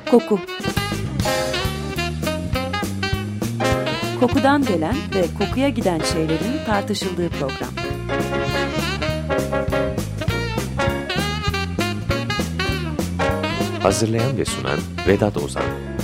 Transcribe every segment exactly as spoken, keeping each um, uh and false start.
Koku. Kokudan gelen ve kokuya giden şeylerin tartışıldığı program. Hazırlayan ve sunan Vedat Ozan.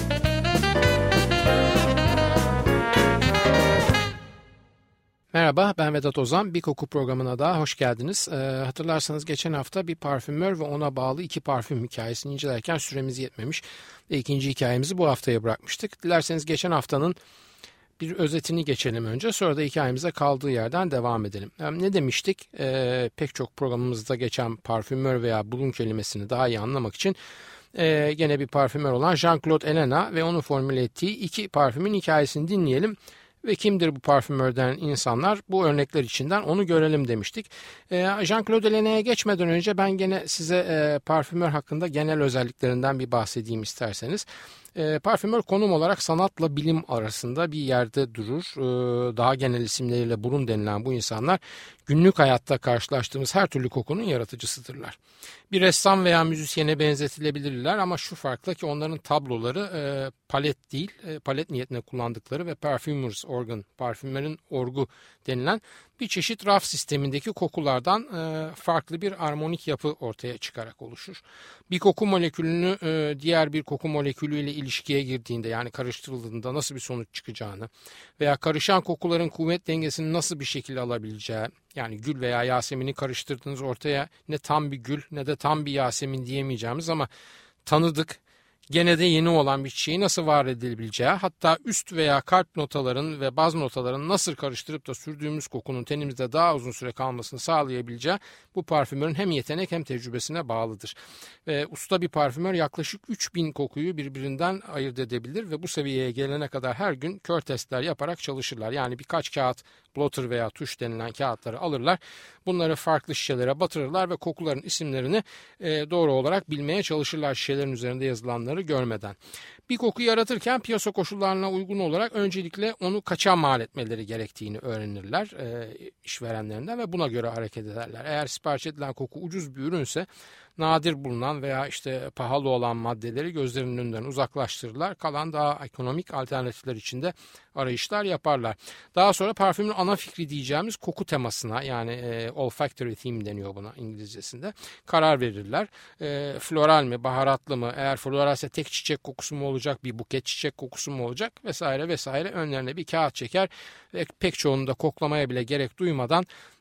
Merhaba, ben Vedat Ozan. Bir koku programına daha hoş geldiniz. Ee, hatırlarsanız geçen hafta bir parfümör ve ona bağlı iki parfüm hikayesini incelerken süremiz yetmemiş. Ve ikinci hikayemizi bu haftaya bırakmıştık. Dilerseniz geçen haftanın bir özetini geçelim önce. Sonra da hikayemize kaldığı yerden devam edelim. Yani ne demiştik? Ee, pek çok programımızda geçen parfümör veya bulun kelimesini daha iyi anlamak için Ee, gene bir parfümör olan Jean-Claude Ellena ve onun formüle ettiği iki parfümün hikayesini dinleyelim. Ve kimdir bu parfümörden insanlar? Bu örnekler içinden onu görelim demiştik. Ee, Jean-Claude Ellena'ya geçmeden önce ben gene size e, parfümör hakkında genel özelliklerinden bir bahsedeyim isterseniz. E, parfümör konum olarak sanatla bilim arasında bir yerde durur. E, daha genel isimleriyle burun denilen bu insanlar günlük hayatta karşılaştığımız her türlü kokunun yaratıcısıdırlar. Bir ressam veya müzisyene benzetilebilirler ama şu farkla ki onların tabloları e, palet değil, e, palet niyetine kullandıkları ve perfumer's organ, parfümörün orgu denilen bir çeşit raf sistemindeki kokulardan e, farklı bir armonik yapı ortaya çıkarak oluşur. Bir koku molekülünü e, diğer bir koku molekülüyle ilişkiye girdiğinde, yani karıştırıldığında nasıl bir sonuç çıkacağını veya karışan kokuların kuvvet dengesini nasıl bir şekilde alabileceği, yani gül veya Yasemin'i karıştırdığınız ortaya ne tam bir gül ne de tam bir Yasemin diyemeyeceğimiz ama tanıdık, gene de yeni olan bir çiçeği nasıl var edilebileceği, hatta üst veya kalp notaların ve baz notaların nasıl karıştırıp da sürdüğümüz kokunun tenimizde daha uzun süre kalmasını sağlayabileceği bu parfümörün hem yetenek hem tecrübesine bağlıdır. Ve usta bir parfümör yaklaşık üç bin kokuyu birbirinden ayırt edebilir ve bu seviyeye gelene kadar her gün kör testler yaparak çalışırlar. Yani birkaç kağıt blotter veya tuş denilen kağıtları alırlar. Bunları farklı şişelere batırırlar ve kokuların isimlerini e, doğru olarak bilmeye çalışırlar şişelerin üzerinde yazılanları görmeden. Bir koku yaratırken piyasa koşullarına uygun olarak öncelikle onu kaça mal etmeleri gerektiğini öğrenirler e, işverenlerinden ve buna göre hareket ederler. Eğer sipariş edilen koku ucuz bir ürünse nadir bulunan veya işte pahalı olan maddeleri gözlerinin önünden uzaklaştırırlar. Kalan daha ekonomik alternatifler içinde arayışlar yaparlar. Daha sonra parfümün ana fikri diyeceğimiz koku temasına, yani e, olfactory theme deniyor buna İngilizcesinde, karar verirler. E, floral mi, baharatlı mı, eğer floralse tek çiçek kokusu mu olacak, bir buket çiçek kokusu mu olacak vesaire vesaire, önlerine bir kağıt çeker ve pek çoğunu da koklamaya bile gerek duymadan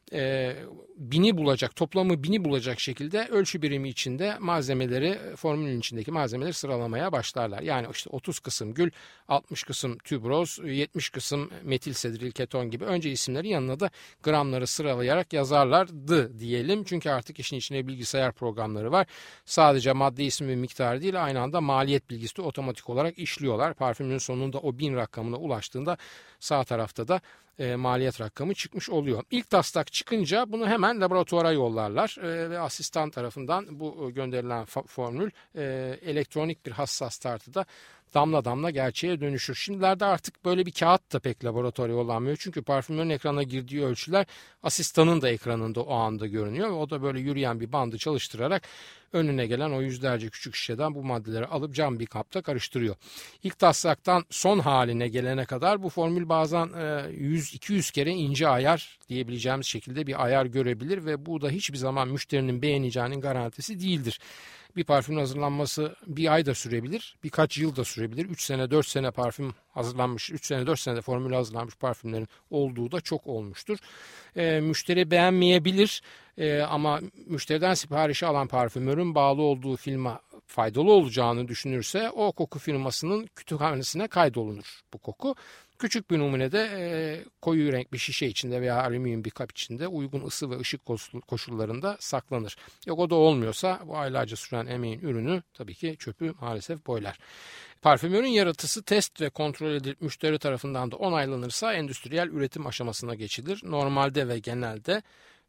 E, bini bulacak, toplamı bini bulacak şekilde ölçü birimi içinde malzemeleri, formülün içindeki malzemeleri sıralamaya başlarlar. Yani işte otuz kısım gül, altmış kısım tübroz, yetmiş kısım metil sedril keton gibi önce isimleri yanına da gramları sıralayarak yazarlardı diyelim. Çünkü artık işin içine bilgisayar programları var. Sadece madde ismi ve miktarı değil, aynı anda maliyet bilgisi de otomatik olarak işliyorlar. Parfümün sonunda o bin rakamına ulaştığında sağ tarafta da E, maliyet rakamı çıkmış oluyor. İlk taslak çıkınca bunu hemen laboratuvara yollarlar e, ve asistan tarafından bu gönderilen fa- formül e, elektronik bir hassas tartıda damla damla gerçeğe dönüşür. Şimdilerde artık böyle bir kağıt da pek laboratuvara yollanmıyor. Çünkü parfümörün ekrana girdiği ölçüler asistanın da ekranında o anda görünüyor ve o da böyle yürüyen bir bandı çalıştırarak önüne gelen o yüzlerce küçük şişeden bu maddeleri alıp cam bir kapta karıştırıyor. İlk taslaktan son haline gelene kadar bu formül bazen yüz iki yüz kere ince ayar diyebileceğimiz şekilde bir ayar görebilir ve bu da hiçbir zaman müşterinin beğeneceğinin garantisi değildir. Bir parfümün hazırlanması bir ay da sürebilir, birkaç yıl da sürebilir. üç sene dört sene parfüm hazırlanmış, üç sene dört senede formül hazırlanmış parfümlerin olduğu da çok olmuştur. E, müşteri beğenmeyebilir e, ama müşteriden siparişi alan parfümörün bağlı olduğu firma faydalı olacağını düşünürse o koku firmasının kütüphanesine kaydolunur bu koku. Küçük bir numunede e, koyu renk bir şişe içinde veya alüminyum bir kap içinde uygun ısı ve ışık koşullarında saklanır. Yok o da olmuyorsa bu aylarca süren emeğin ürünü tabii ki çöpü maalesef boylar. Parfümörün yaratısı test ve kontrol edilip müşteri tarafından da onaylanırsa endüstriyel üretim aşamasına geçilir. Normalde ve genelde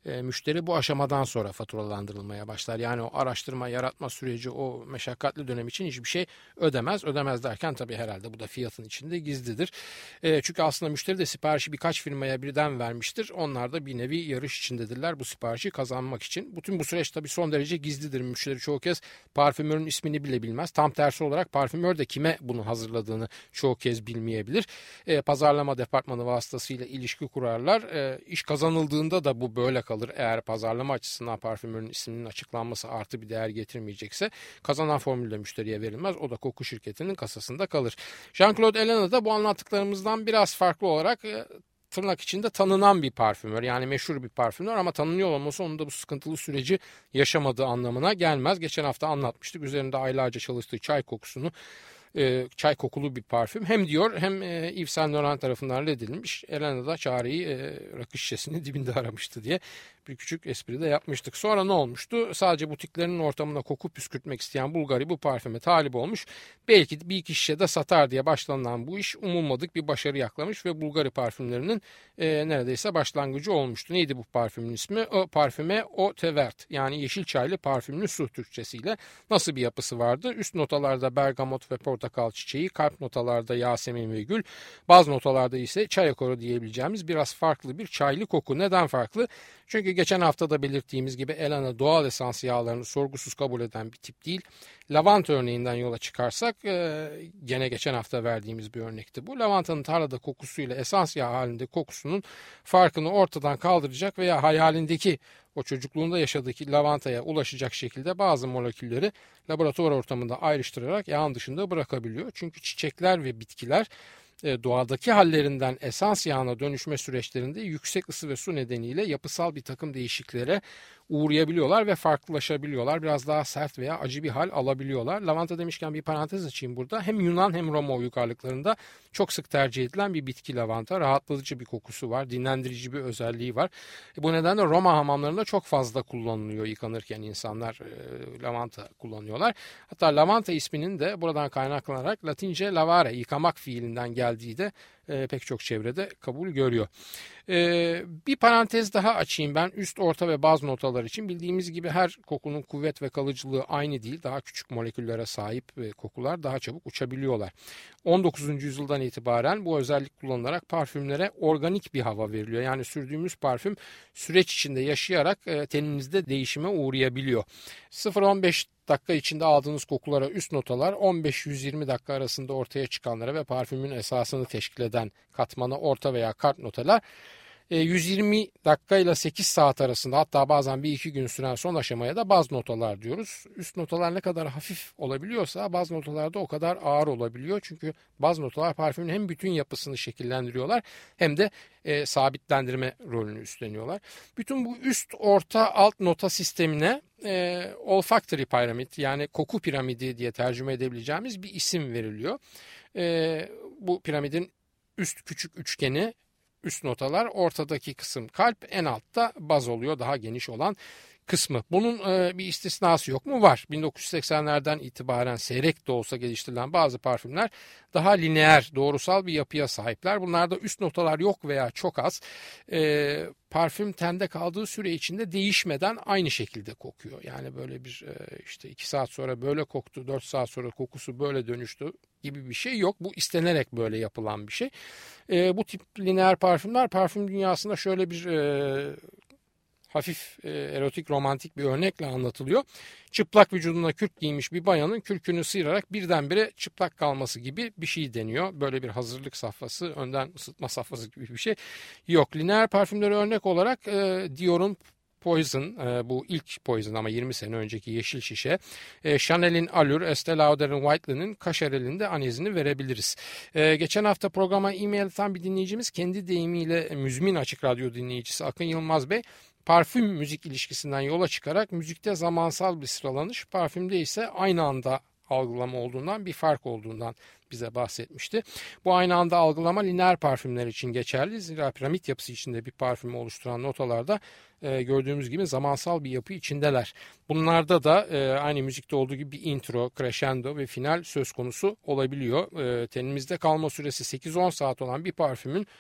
e, müşteri bu aşamadan sonra faturalandırılmaya başlar. Yani o araştırma, yaratma süreci, o meşakkatli dönem için hiçbir şey ödemez. Ödemez derken tabii herhalde bu da fiyatın içinde gizlidir. E, çünkü aslında müşteri de siparişi birkaç firmaya birden vermiştir. Onlar da bir nevi yarış içindedirler bu siparişi kazanmak için. Bütün bu süreç tabii son derece gizlidir. Müşteri çoğu kez parfümörün ismini bile bilmez. Tam tersi olarak parfümör de kime bunu hazırladığını çoğu kez bilmeyebilir. E, pazarlama departmanı vasıtasıyla ilişki kurarlar. E, iş kazanıldığında da bu böyle kalır. Eğer pazarlama açısından parfümörün isminin açıklanması artı bir değer getirmeyecekse kazanan formül de müşteriye verilmez. O da koku şirketinin kasasında kalır. Jean-Claude Ellena da bu anlattıklarımızdan biraz farklı olarak e, tırnak içinde tanınan bir parfümör, yani meşhur bir parfümör, ama tanınıyor olması onun da bu sıkıntılı süreci yaşamadığı anlamına gelmez. Geçen hafta anlatmıştık, üzerinde aylarca çalıştığı çay kokusunu, e, çay kokulu bir parfüm hem Dior hem e, Yves Saint Laurent tarafından reddedilmiş. Ellena da çareyi e, rakı şişesinin dibinde aramıştı diye bir küçük espri de yapmıştık. Sonra ne olmuştu? Sadece butiklerinin ortamına koku püskürtmek isteyen Bulgari bu parfüme talip olmuş. Belki bir iki şişe de satar diye başlanan bu iş umulmadık bir başarı yaklamış ve Bulgari parfümlerinin e, neredeyse başlangıcı olmuştu. Neydi bu parfümün ismi? O parfüme Eau de Vert, yani yeşil çaylı parfümlü su Türkçesiyle. Nasıl bir yapısı vardı? Üst notalarda bergamot ve portakal çiçeği, kalp notalarda yasemin ve gül, baz notalarda ise çay akoru diyebileceğimiz biraz farklı bir çaylı koku. Neden farklı? Çünkü geçen hafta da belirttiğimiz gibi Ellena doğal esans yağlarını sorgusuz kabul eden bir tip değil. Lavanta örneğinden yola çıkarsak e, gene geçen hafta verdiğimiz bir örnekti bu. Lavantanın tarlada kokusuyla esans yağı halinde kokusunun farkını ortadan kaldıracak veya hayalindeki o çocukluğunda yaşadığı lavantaya ulaşacak şekilde bazı molekülleri laboratuvar ortamında ayrıştırarak yağın dışında bırakabiliyor. Çünkü çiçekler ve bitkiler doğadaki hallerinden esans yağına dönüşme süreçlerinde yüksek ısı ve su nedeniyle yapısal bir takım değişikliklere uğrayabiliyorlar ve farklılaşabiliyorlar. Biraz daha sert veya acı bir hal alabiliyorlar. Lavanta demişken bir parantez açayım burada. Hem Yunan hem Roma uygarlıklarında çok sık tercih edilen bir bitki lavanta. Rahatlatıcı bir kokusu var. Dinlendirici bir özelliği var. Bu nedenle Roma hamamlarında çok fazla kullanılıyor. Yıkanırken insanlar e, lavanta kullanıyorlar. Hatta lavanta isminin de buradan kaynaklanarak Latince lavare, yıkamak fiilinden geldiği de e, pek çok çevrede kabul görüyor. E, bir parantez daha açayım ben üst, orta ve baz notalar için. Bildiğimiz gibi her kokunun kuvvet ve kalıcılığı aynı değil. Daha küçük moleküllere sahip e, kokular daha çabuk uçabiliyorlar. on dokuzuncu yüzyıldan itibaren bu özellik kullanılarak parfümlere organik bir hava veriliyor. Yani sürdüğümüz parfüm süreç içinde yaşayarak e, teninizde değişime uğrayabiliyor. sıfır on beş dakika içinde aldığınız kokulara üst notalar, on beş yüz yirmi dakika arasında ortaya çıkanlara ve parfümün esasını teşkil eden katmana orta veya kart notalar, yüz yirmi dakika ile sekiz saat arasında, hatta bazen bir iki gün süren son aşamaya da baz notalar diyoruz. Üst notalar ne kadar hafif olabiliyorsa baz notalar da o kadar ağır olabiliyor. Çünkü baz notalar parfümün hem bütün yapısını şekillendiriyorlar hem de e, sabitlendirme rolünü üstleniyorlar. Bütün bu üst, orta, alt nota sistemine e, olfactory pyramid, yani koku piramidi diye tercüme edebileceğimiz bir isim veriliyor. E, bu piramidin üst küçük üçgeni üst notalar, ortadaki kısım kalp, en altta baz oluyor, daha geniş olan kısmı. Bunun e, bir istisnası yok mu? Var. bin dokuz yüz seksenlerden itibaren seyrek de olsa geliştirilen bazı parfümler daha lineer, doğrusal bir yapıya sahipler. Bunlarda üst notalar yok veya çok az. E, parfüm tende kaldığı süre içinde değişmeden aynı şekilde kokuyor. Yani böyle bir e, işte iki saat sonra böyle koktu, dört saat sonra kokusu böyle dönüştü gibi bir şey yok. Bu istenerek böyle yapılan bir şey. E, bu tip lineer parfümler parfüm dünyasında şöyle bir e, hafif e, erotik, romantik bir örnekle anlatılıyor. Çıplak vücuduna kürk giymiş bir bayanın kürkünü sıyırarak birdenbire çıplak kalması gibi bir şey deniyor. Böyle bir hazırlık safhası, önden ısıtma safhası gibi bir şey yok. Lineer parfümlere örnek olarak e, Dior'un Poison, e, bu ilk Poison ama yirmi sene önceki yeşil şişe, e, Chanel'in Allure, Estee Lauder'in White Line'in Kaşarel'in de anezini verebiliriz. E, geçen hafta programa e-mail atan bir dinleyicimiz, kendi deyimiyle müzmin Açık Radyo dinleyicisi Akın Yılmaz Bey, parfüm müzik ilişkisinden yola çıkarak müzikte zamansal bir sıralanış, parfümde ise aynı anda algılama olduğundan, bir fark olduğundan bize bahsetmişti. Bu aynı anda algılama lineer parfümler için geçerli. Zira piramit yapısı içinde bir parfümü oluşturan notalarda e, gördüğümüz gibi zamansal bir yapı içindeler. Bunlarda da e, aynı müzikte olduğu gibi bir intro, crescendo ve final söz konusu olabiliyor. E, tenimizde kalma süresi sekiz on saat olan bir parfümün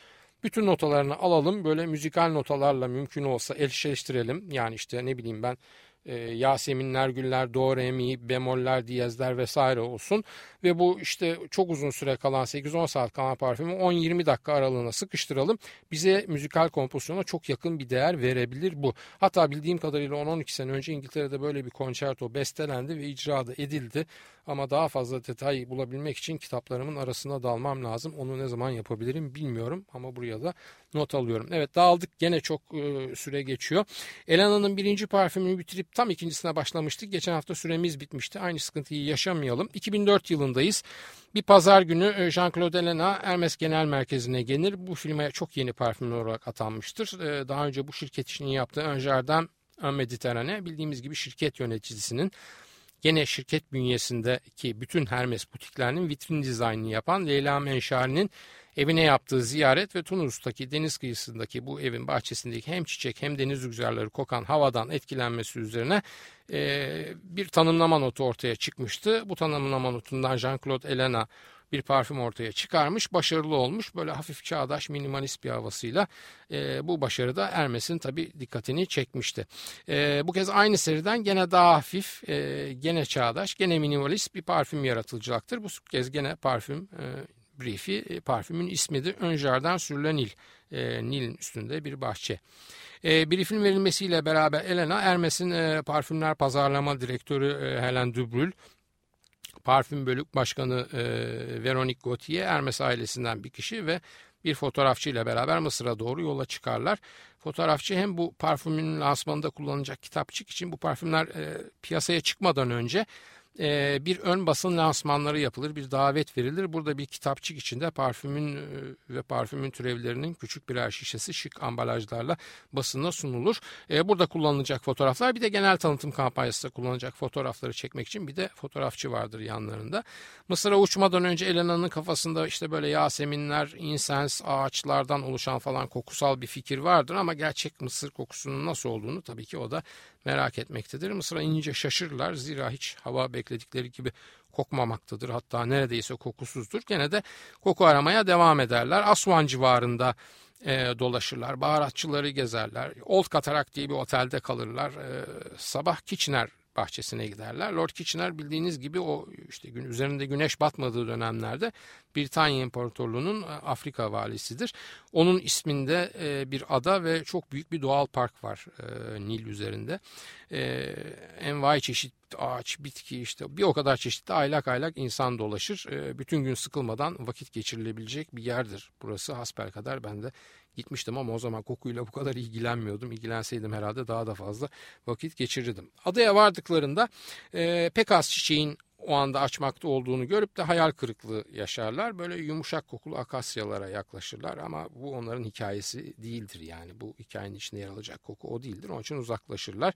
Bütün notalarını alalım, böyle müzikal notalarla mümkün olsa eşleştirelim. Yani işte ne bileyim ben e, Yaseminler, Güller, Do, Re, Mi, bemoller, diyezler vesaire olsun. Ve bu işte çok uzun süre kalan sekiz on saat kalan parfümü on yirmi dakika aralığına sıkıştıralım. Bize müzikal kompozisyona çok yakın bir değer verebilir bu. Hatta bildiğim kadarıyla on on iki sene önce İngiltere'de böyle bir konçerto bestelendi ve icra da edildi. Ama daha fazla detay bulabilmek için kitaplarımın arasına dalmam lazım. Onu ne zaman yapabilirim bilmiyorum ama buraya da not alıyorum. Evet, dağıldık, gene çok e, süre geçiyor. Elena'nın birinci parfümünü bitirip tam ikincisine başlamıştık. Geçen hafta süremiz bitmişti. Aynı sıkıntıyı yaşamayalım. iki bin dört yılındayız. Bir pazar günü Jean-Claude Ellena Hermès Genel Merkezi'ne gelir. Bu filme çok yeni parfüm olarak atanmıştır. E, daha önce bu şirket işini yaptığı Un Jardin Un Méditerranée, bildiğimiz gibi şirket yöneticisinin gene şirket bünyesindeki bütün Hermes butiklerinin vitrin dizaynını yapan Leyla Menşari'nin evine yaptığı ziyaret ve Tunus'taki deniz kıyısındaki bu evin bahçesindeki hem çiçek hem deniz rüzgarları kokan havadan etkilenmesi üzerine e, bir tanımlama notu ortaya çıkmıştı. Bu tanımlama notundan Jean-Claude Ellena bir parfüm ortaya çıkarmış, başarılı olmuş, böyle hafif çağdaş, minimalist bir havasıyla. E, bu başarı da Hermes'in tabii dikkatini çekmişti. E, bu kez aynı seriden gene daha hafif, e, gene çağdaş, gene minimalist bir parfüm yaratılacaktır. Bu kez gene parfüm e, briefi, e, parfümün ismidir. Un Jardin sur le Nil, e, Nil'in üstünde bir bahçe. E, briefin verilmesiyle beraber Ellena, Hermes'in e, parfümler pazarlama direktörü e, Helen Dubrul, parfüm bölük başkanı e, Veronique Gauthier, Hermes ailesinden bir kişi ve bir fotoğrafçıyla beraber Mısır'a doğru yola çıkarlar. Fotoğrafçı hem bu parfümün lansmanında kullanılacak kitapçık için bu parfümler e, piyasaya çıkmadan önce e, bir ön basın lansmanları yapılır, bir davet verilir. Burada bir kitapçık içinde parfümün e, ve parfümün türevlerinin küçük birer şişesi şık ambalajlarla basına sunulur. E, burada kullanılacak fotoğraflar, bir de genel tanıtım kampanyasında kullanılacak fotoğrafları çekmek için bir de fotoğrafçı vardır yanlarında. Mısır'a uçmadan önce Elena'nın kafasında işte böyle yaseminler, insens, ağaçlardan oluşan falan kokusal bir fikir vardır ama gerçek Mısır kokusunun nasıl olduğunu tabii ki o da merak etmektedir. Mısır'a inince şaşırırlar, zira hiç hava bekledikleri gibi kokmamaktadır. Hatta neredeyse kokusuzdur. Gene de koku aramaya devam ederler. Aswan civarında e, dolaşırlar. Baharatçıları gezerler. Old Cataract diye bir otelde kalırlar. E, sabah Kitchener bahçesine giderler. Lord Kitchener bildiğiniz gibi o işte gün üzerinde güneş batmadığı dönemlerde Britanya İmparatorluğu'nun Afrika valisidir. Onun isminde e, bir ada ve çok büyük bir doğal park var e, Nil üzerinde. E, envai çeşit ağaç, bitki, işte bir o kadar çeşitli aylak aylak insan dolaşır. E, bütün gün sıkılmadan vakit geçirilebilecek bir yerdir. Burası hasbelkader, ben de gitmiştim ama o zaman kokuyla bu kadar ilgilenmiyordum. İlgilenseydim herhalde daha da fazla vakit geçirirdim. Adaya vardıklarında e, pek az çiçeğin o anda açmakta olduğunu görüp de hayal kırıklığı yaşarlar. Böyle yumuşak kokulu akasyalara yaklaşırlar ama bu onların hikayesi değildir yani. Bu hikayenin içinde yer alacak koku o değildir. Onun için uzaklaşırlar.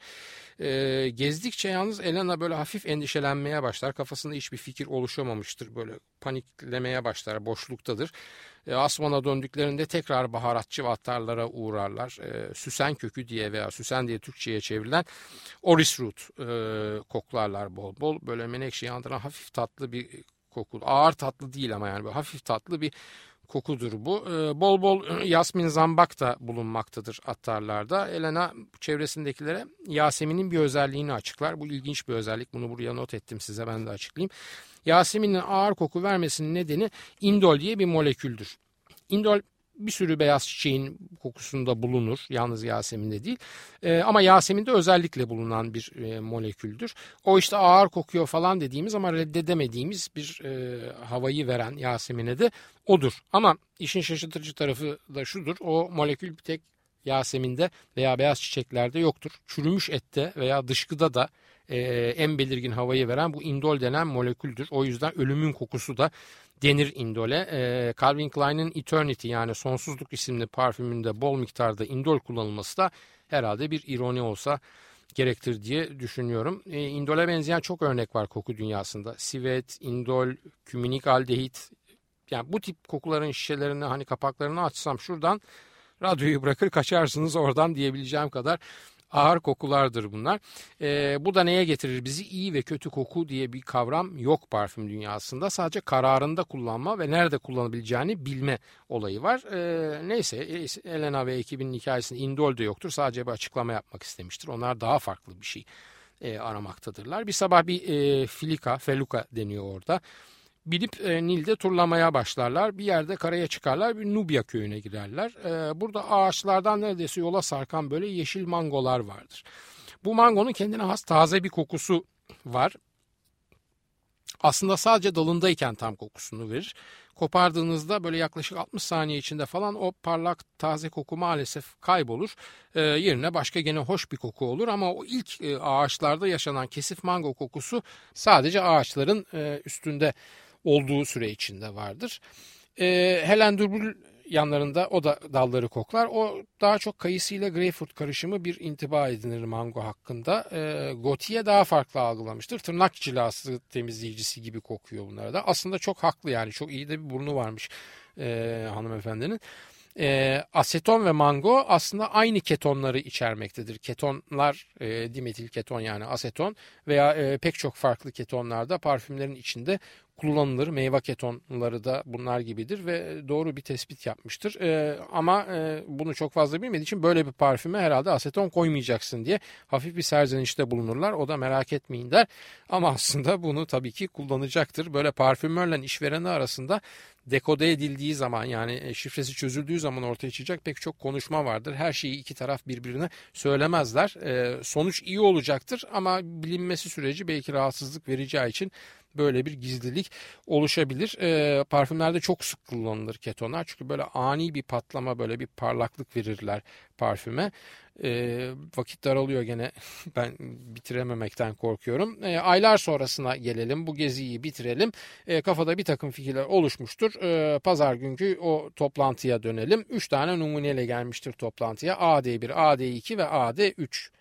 E, gezdikçe yalnız Ellena böyle hafif endişelenmeye başlar. Kafasında hiçbir fikir oluşamamıştır. Böyle paniklemeye başlar, boşluktadır. E, Aswan'a döndüklerinde tekrar baharatçı ve attarlara uğrarlar. E, süsen kökü diye veya süsen diye Türkçe'ye çevrilen Orris root e, koklarlar bol bol. Böyle menekşeyi andıran hafif tatlı bir koku. Ağır tatlı değil ama yani böyle hafif tatlı bir kokudur bu. E, bol bol yasmin zambak da bulunmaktadır attarlarda. Ellena çevresindekilere Yasemin'in bir özelliğini açıklar. Bu ilginç bir özellik. Bunu buraya not ettim size, ben de açıklayayım. Yasemin'in ağır koku vermesinin nedeni indol diye bir moleküldür. İndol bir sürü beyaz çiçeğin kokusunda bulunur. Yalnız Yasemin'de değil. E, ama Yasemin'de özellikle bulunan bir e, moleküldür. O işte ağır kokuyor falan dediğimiz ama reddedemediğimiz bir e, havayı veren Yasemin'e de odur. Ama işin şaşırtıcı tarafı da şudur. O molekül bir tek Yasemin'de veya beyaz çiçeklerde yoktur. Çürümüş ette veya dışkıda da e, en belirgin havayı veren bu indol denen moleküldür. O yüzden ölümün kokusu da denir indole. E, Calvin Klein'in Eternity yani Sonsuzluk isimli parfümünde bol miktarda indol kullanılması da herhalde bir ironi olsa gerektir diye düşünüyorum. E, indole benzeyen çok örnek var koku dünyasında. Sivet, indol, kümünik aldehit. Yani bu tip kokuların şişelerini, hani kapaklarını açsam şuradan radyoyu bırakır kaçarsınız oradan diyebileceğim kadar ağır kokulardır bunlar. E, bu da neye getirir bizi? İyi ve kötü koku diye bir kavram yok parfüm dünyasında. Sadece kararında kullanma ve nerede kullanabileceğini bilme olayı var. E, neyse Elena ve ekibinin hikayesinde indol de yoktur. Sadece bir açıklama yapmak istemiştir. Onlar daha farklı bir şey e, aramaktadırlar. Bir sabah bir e, filika, feluka deniyor orada. Binip e, Nil'de turlamaya başlarlar. Bir yerde karaya çıkarlar. Bir Nubya köyüne girerler. E, burada ağaçlardan neredeyse yola sarkan böyle yeşil mangolar vardır. Bu mangonun kendine has taze bir kokusu var. Aslında sadece dalındayken tam kokusunu verir. Kopardığınızda böyle yaklaşık altmış saniye içinde falan o parlak taze koku maalesef kaybolur. E, yerine başka gene hoş bir koku olur ama o ilk e, ağaçlarda yaşanan kesif mango kokusu sadece ağaçların e, üstünde olduğu süre içinde vardır. E, Helen Dubrul yanlarında o da dalları koklar. O daha çok kayısı ile greyfurt karışımı bir intiba edinir mango hakkında. E, Gautier daha farklı algılamıştır. Tırnak cilası temizleyicisi gibi kokuyor bunlara da. Aslında çok haklı yani çok iyi de bir burnu varmış e, hanımefendinin. E, aseton ve mango aslında aynı ketonları içermektedir. Ketonlar e, dimetil keton yani aseton veya e, pek çok farklı ketonlarda parfümlerin içinde kullanılır. Meyve ketonları da bunlar gibidir ve doğru bir tespit yapmıştır. E, ama e, bunu çok fazla bilmediği için böyle bir parfüme herhalde aseton koymayacaksın diye hafif bir serzenişte bulunurlar. O da merak etmeyin der. Ama aslında bunu tabii ki kullanacaktır. Böyle parfümörle işvereni arasında dekode edildiği zaman yani şifresi çözüldüğü zaman ortaya çıkacak pek çok konuşma vardır. Her şeyi iki taraf birbirine söylemezler. E, sonuç iyi olacaktır ama bilinmesi süreci belki rahatsızlık vereceği için böyle bir gizlilik oluşabilir. E, parfümlerde çok sık kullanılır ketonlar. Çünkü böyle ani bir patlama, böyle bir parlaklık verirler parfüme. E, vakit daralıyor gene. Ben bitirememekten korkuyorum. E, aylar sonrasına gelelim. Bu geziyi bitirelim. E, kafada bir takım fikirler oluşmuştur. E, Pazar günkü o toplantıya dönelim. Üç tane numuneyle gelmiştir toplantıya. A D bir, A D iki ve A D üç.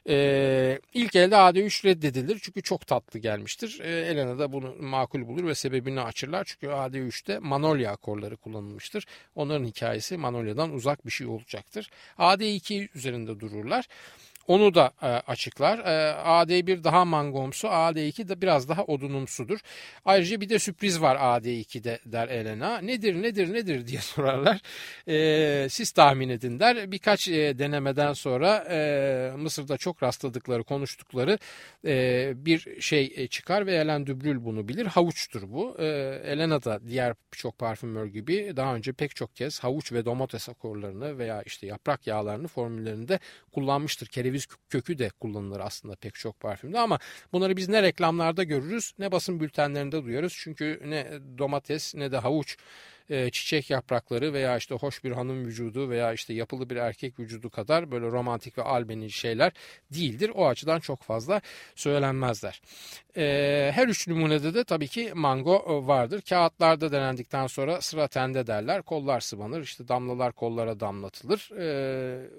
Ee, ilk elde A D üç reddedilir çünkü çok tatlı gelmiştir. Ee, Elena da bunu makul bulur ve sebebini açırlar. Çünkü A D üçte Manolya akorları kullanılmıştır. Onların hikayesi Manolya'dan uzak bir şey olacaktır. A D iki üzerinde dururlar. Onu da e, açıklar. E, A D bir daha mangomsu, A D iki de biraz daha odunumsudur. Ayrıca bir de sürpriz var A D ikide der Elena. Nedir nedir nedir diye sorarlar. E, siz tahmin edin der. Birkaç e, denemeden sonra e, Mısır'da çok rastladıkları, konuştukları e, bir şey çıkar ve Helen Dubrul bunu bilir. Havuçtur bu. E, Elena da diğer birçok parfümör gibi daha önce pek çok kez havuç ve domates akorlarını veya işte yaprak yağlarını formüllerinde kullanmıştır. Kereviz kökü de kullanılır aslında pek çok parfümde ama bunları biz ne reklamlarda görürüz ne basın bültenlerinde duyarız. Çünkü ne domates ne de havuç e, çiçek yaprakları veya işte hoş bir hanım vücudu veya işte yapılı bir erkek vücudu kadar böyle romantik ve albeni şeyler değildir. O açıdan çok fazla söylenmezler. E, her üç numunede de tabii ki mango vardır. Kağıtlarda denendikten sonra sıra tende derler. Kollar sıvanır, işte damlalar kollara damlatılır. E,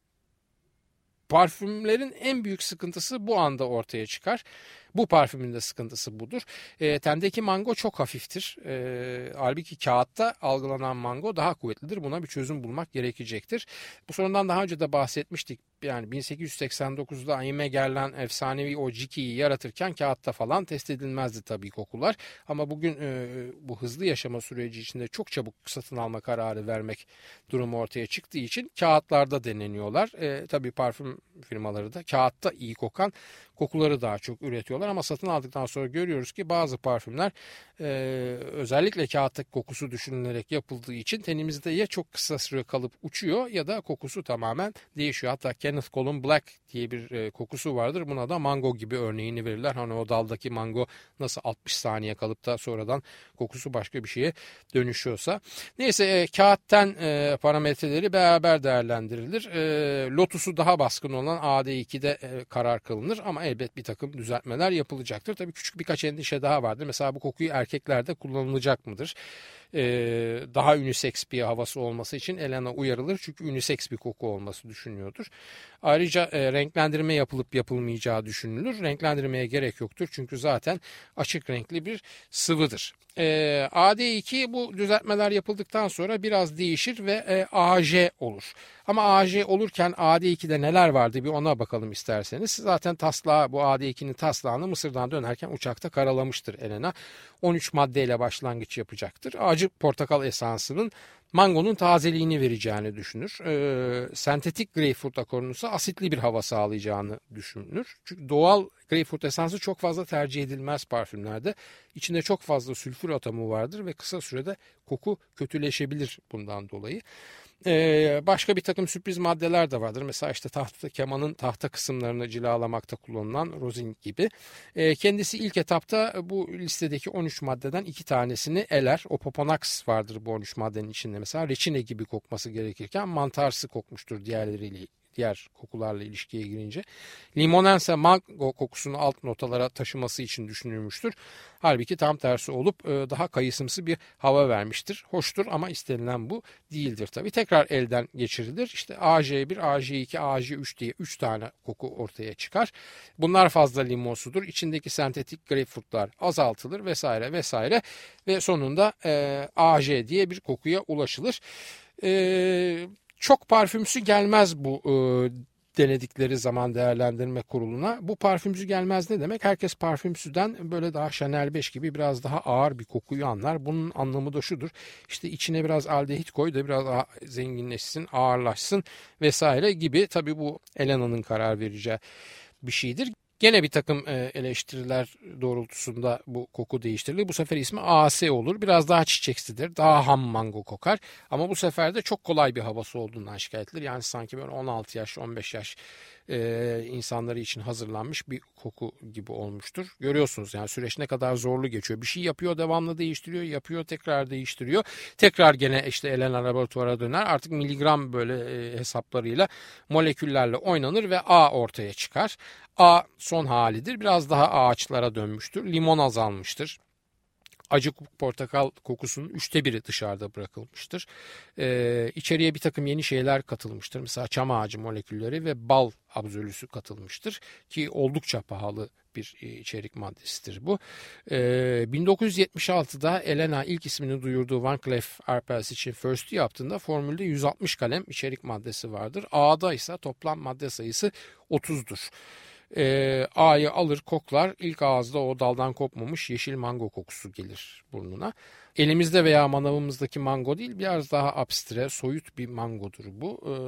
Parfümlerin en büyük sıkıntısı bu anda ortaya çıkar. Bu parfümün de sıkıntısı budur. E, tendeki mango çok hafiftir. E, halbuki kağıtta algılanan mango daha kuvvetlidir. Buna bir çözüm bulmak gerekecektir. Bu sorundan daha önce de bahsetmiştik. Yani bin sekiz yüz seksen dokuzda Aimé Guerlain efsanevi o Jiki'yi yaratırken kağıtta falan test edilmezdi tabii kokular. Ama bugün e, bu hızlı yaşama süreci içinde çok çabuk satın alma kararı vermek durumu ortaya çıktığı için kağıtlarda deneniyorlar. E, tabii parfüm firmaları da kağıtta iyi kokan kokuları daha çok üretiyorlar ama satın aldıktan sonra görüyoruz ki bazı parfümler e, özellikle kağıttaki kokusu düşünülerek yapıldığı için tenimizde ya çok kısa süre kalıp uçuyor ya da kokusu tamamen değişiyor. Hatta Kenneth Cole Black diye bir e, kokusu vardır. Buna da mango gibi örneğini verirler. Hani o daldaki mango nasıl altmış saniye kalıp da sonradan kokusu başka bir şeye dönüşüyorsa. Neyse e, kağıttan e, parametreleri beraber değerlendirilir. E, Lotus'u daha baskın olan A D ikide e, karar kılınır ama elbet bir takım düzeltmeler yapılacaktır. Tabii küçük birkaç endişe daha vardır. Mesela bu kokuyu erkeklerde kullanılacak mıdır? Ee, daha unisex bir havası olması için Elena uyarılır. Çünkü unisex bir koku olması düşünüyordur. Ayrıca e, renklendirme yapılıp yapılmayacağı düşünülür. Renklendirmeye gerek yoktur. Çünkü zaten açık renkli bir sıvıdır. E, A D iki bu düzeltmeler yapıldıktan sonra biraz değişir ve e, A J olur. Ama A J olurken A D iki'de neler vardı bir ona bakalım isterseniz. Zaten taslağı, bu A D iki'nin taslağını Mısır'dan dönerken uçakta karalamıştır Elena. on üç maddeyle başlangıç yapacaktır. Acı portakal esansının mangonun tazeliğini vereceğini düşünür. E, sentetik greyfurt akorunun ise asitli bir hava sağlayacağını düşünür. Çünkü doğal greyfurt esansı çok fazla tercih edilmez parfümlerde. İçinde çok fazla sülfür atomu vardır ve kısa sürede koku kötüleşebilir bundan dolayı. Ee, başka bir takım sürpriz maddeler de vardır. Mesela işte tahta, kemanın tahta kısımlarını cilalamakta kullanılan rozin gibi. Ee, kendisi ilk etapta bu listedeki on üç maddeden iki tanesini eler. O Oponax vardır bu on üç maddenin içinde. Mesela reçine gibi kokması gerekirken mantarsı kokmuştur diğerleriyle, diğer kokularla ilişkiye girince. Limonense mango kokusunu alt notalara taşıması için düşünülmüştür. Halbuki tam tersi olup daha kayısımsı bir hava vermiştir. Hoştur ama istenilen bu değildir tabii. Tekrar elden geçirilir. İşte A J bir, A J iki, A J üç diye üç tane koku ortaya çıkar. Bunlar fazla limonsudur. İçindeki sentetik greyfurtlar azaltılır vesaire vesaire ve sonunda e, A J diye bir kokuya ulaşılır. Eee Çok parfümsü gelmez bu e, denedikleri zaman değerlendirme kuruluna. Bu parfümsü gelmez ne demek? Herkes parfümsüden böyle daha Chanel beş gibi biraz daha ağır bir kokuyu anlar. Bunun anlamı da şudur. İşte içine biraz aldehit koy da biraz daha zenginleşsin, ağırlaşsın vesaire gibi. Tabii bu Elena'nın karar vereceği bir şeydir. Gene bir takım eleştiriler doğrultusunda bu koku değiştirilir. Bu sefer ismi A S olur. Biraz daha çiçeksidir. Daha ham mango kokar. Ama bu sefer de çok kolay bir havası olduğundan şikayet edilir. Yani sanki böyle on altı yaş, on beş yaş e, insanları için hazırlanmış bir koku gibi olmuştur. Görüyorsunuz yani süreç ne kadar zorlu geçiyor. Bir şey yapıyor, devamlı değiştiriyor, yapıyor, tekrar değiştiriyor. Tekrar gene işte Elena laboratuvara döner. Artık miligram böyle e, hesaplarıyla, moleküllerle oynanır ve A ortaya çıkar. A son halidir. Biraz daha ağaçlara dönmüştür. Limon azalmıştır. Acı portakal kokusunun üçte biri dışarıda bırakılmıştır. Ee, içeriye bir takım yeni şeyler katılmıştır. Mesela çam ağacı molekülleri ve bal abzölüsü katılmıştır. Ki oldukça pahalı bir içerik maddesidir bu. Ee, bin dokuz yüz yetmiş altıda Elena ilk ismini duyurduğu Van Cleef Arpels için First'ü yaptığında formülde yüz altmış kalem içerik maddesi vardır. A'da ise toplam madde sayısı otuzdur. E, A'yı alır koklar, ilk ağızda o daldan kopmamış yeşil mango kokusu gelir burnuna. Elimizde veya manavımızdaki mango değil, biraz daha abstre, soyut bir mangodur bu. E,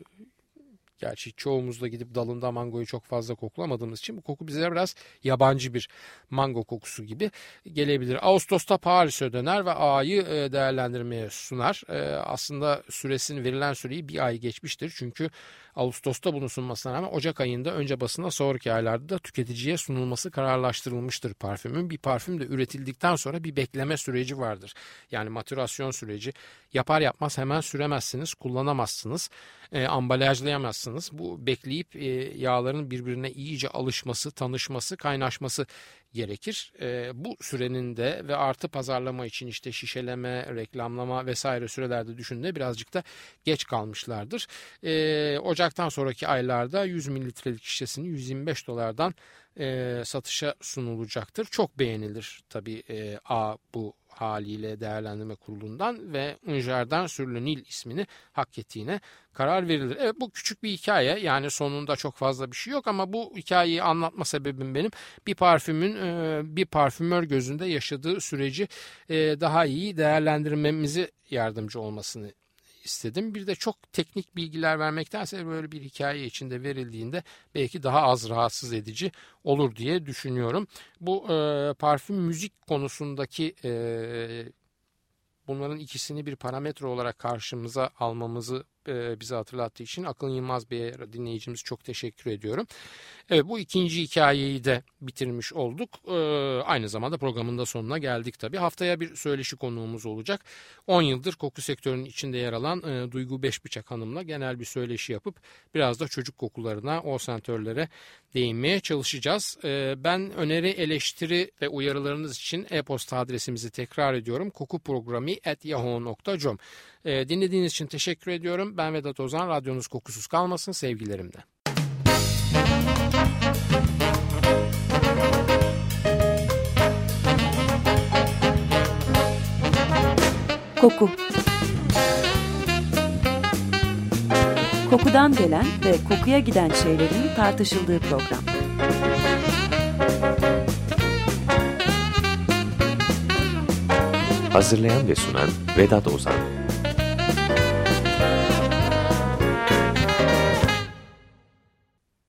Gerçi çoğumuzda gidip dalında mangoyu çok fazla koklamadığımız için bu koku bize biraz yabancı bir mango kokusu gibi gelebilir. Ağustos'ta Paris'e döner ve A'yı değerlendirmeye sunar. Aslında süresinin verilen süreyi bir ay geçmiştir. Çünkü Ağustos'ta bunu sunmasına rağmen Ocak ayında önce basına sonraki aylarda da tüketiciye sunulması kararlaştırılmıştır parfümün. Bir parfüm de üretildikten sonra bir bekleme süreci vardır. Yani matürasyon süreci. Yapar yapmaz hemen süremezsiniz, kullanamazsınız, e, ambalajlayamazsınız. Bu bekleyip e, yağların birbirine iyice alışması, tanışması, kaynaşması gerekir. E, bu sürenin de ve artı pazarlama için işte şişeleme, reklamlama vesaire sürelerde düşündüğünde birazcık da geç kalmışlardır. E, Ocaktan sonraki aylarda yüz mililitrelik şişesini yüz yirmi beş dolardan e, satışa sunulacaktır. Çok beğenilir tabii e, A bu haliyle değerlendirme kurulundan ve Unger'den sur le Nil ismini hak ettiğine karar verilir. Evet, bu küçük bir hikaye, yani sonunda çok fazla bir şey yok ama bu hikayeyi anlatma sebebim benim bir parfümün bir parfümör gözünde yaşadığı süreci daha iyi değerlendirmemizi yardımcı olmasını istedim. Bir de çok teknik bilgiler vermektense böyle bir hikaye içinde verildiğinde belki daha az rahatsız edici olur diye düşünüyorum. Bu e, parfüm müzik konusundaki e, bunların ikisini bir parametre olarak karşımıza almamızı e, bize hatırlattığı için Akın Yılmaz Bey'e, dinleyicimiz, çok teşekkür ediyorum. Evet, bu ikinci hikayeyi de bitirmiş olduk. E, aynı zamanda programın da sonuna geldik tabii. Haftaya bir söyleşi konuğumuz olacak. on yıldır koku sektörünün içinde yer alan e, Duygu Beşbıçak Hanım'la genel bir söyleşi yapıp biraz da çocuk kokularına, o sentörlere değinmeye çalışacağız. E, ben öneri, eleştiri ve uyarılarınız için e-posta adresimizi tekrar ediyorum. kokuprogrami at yahoo nokta com. E, dinlediğiniz için teşekkür ediyorum. Ben Vedat Ozan. Radyonuz kokusuz kalmasın. Sevgilerimle. Koku. Kokudan gelen ve kokuya giden şeylerin tartışıldığı program. Hazırlayan ve sunan Vedat Ozan.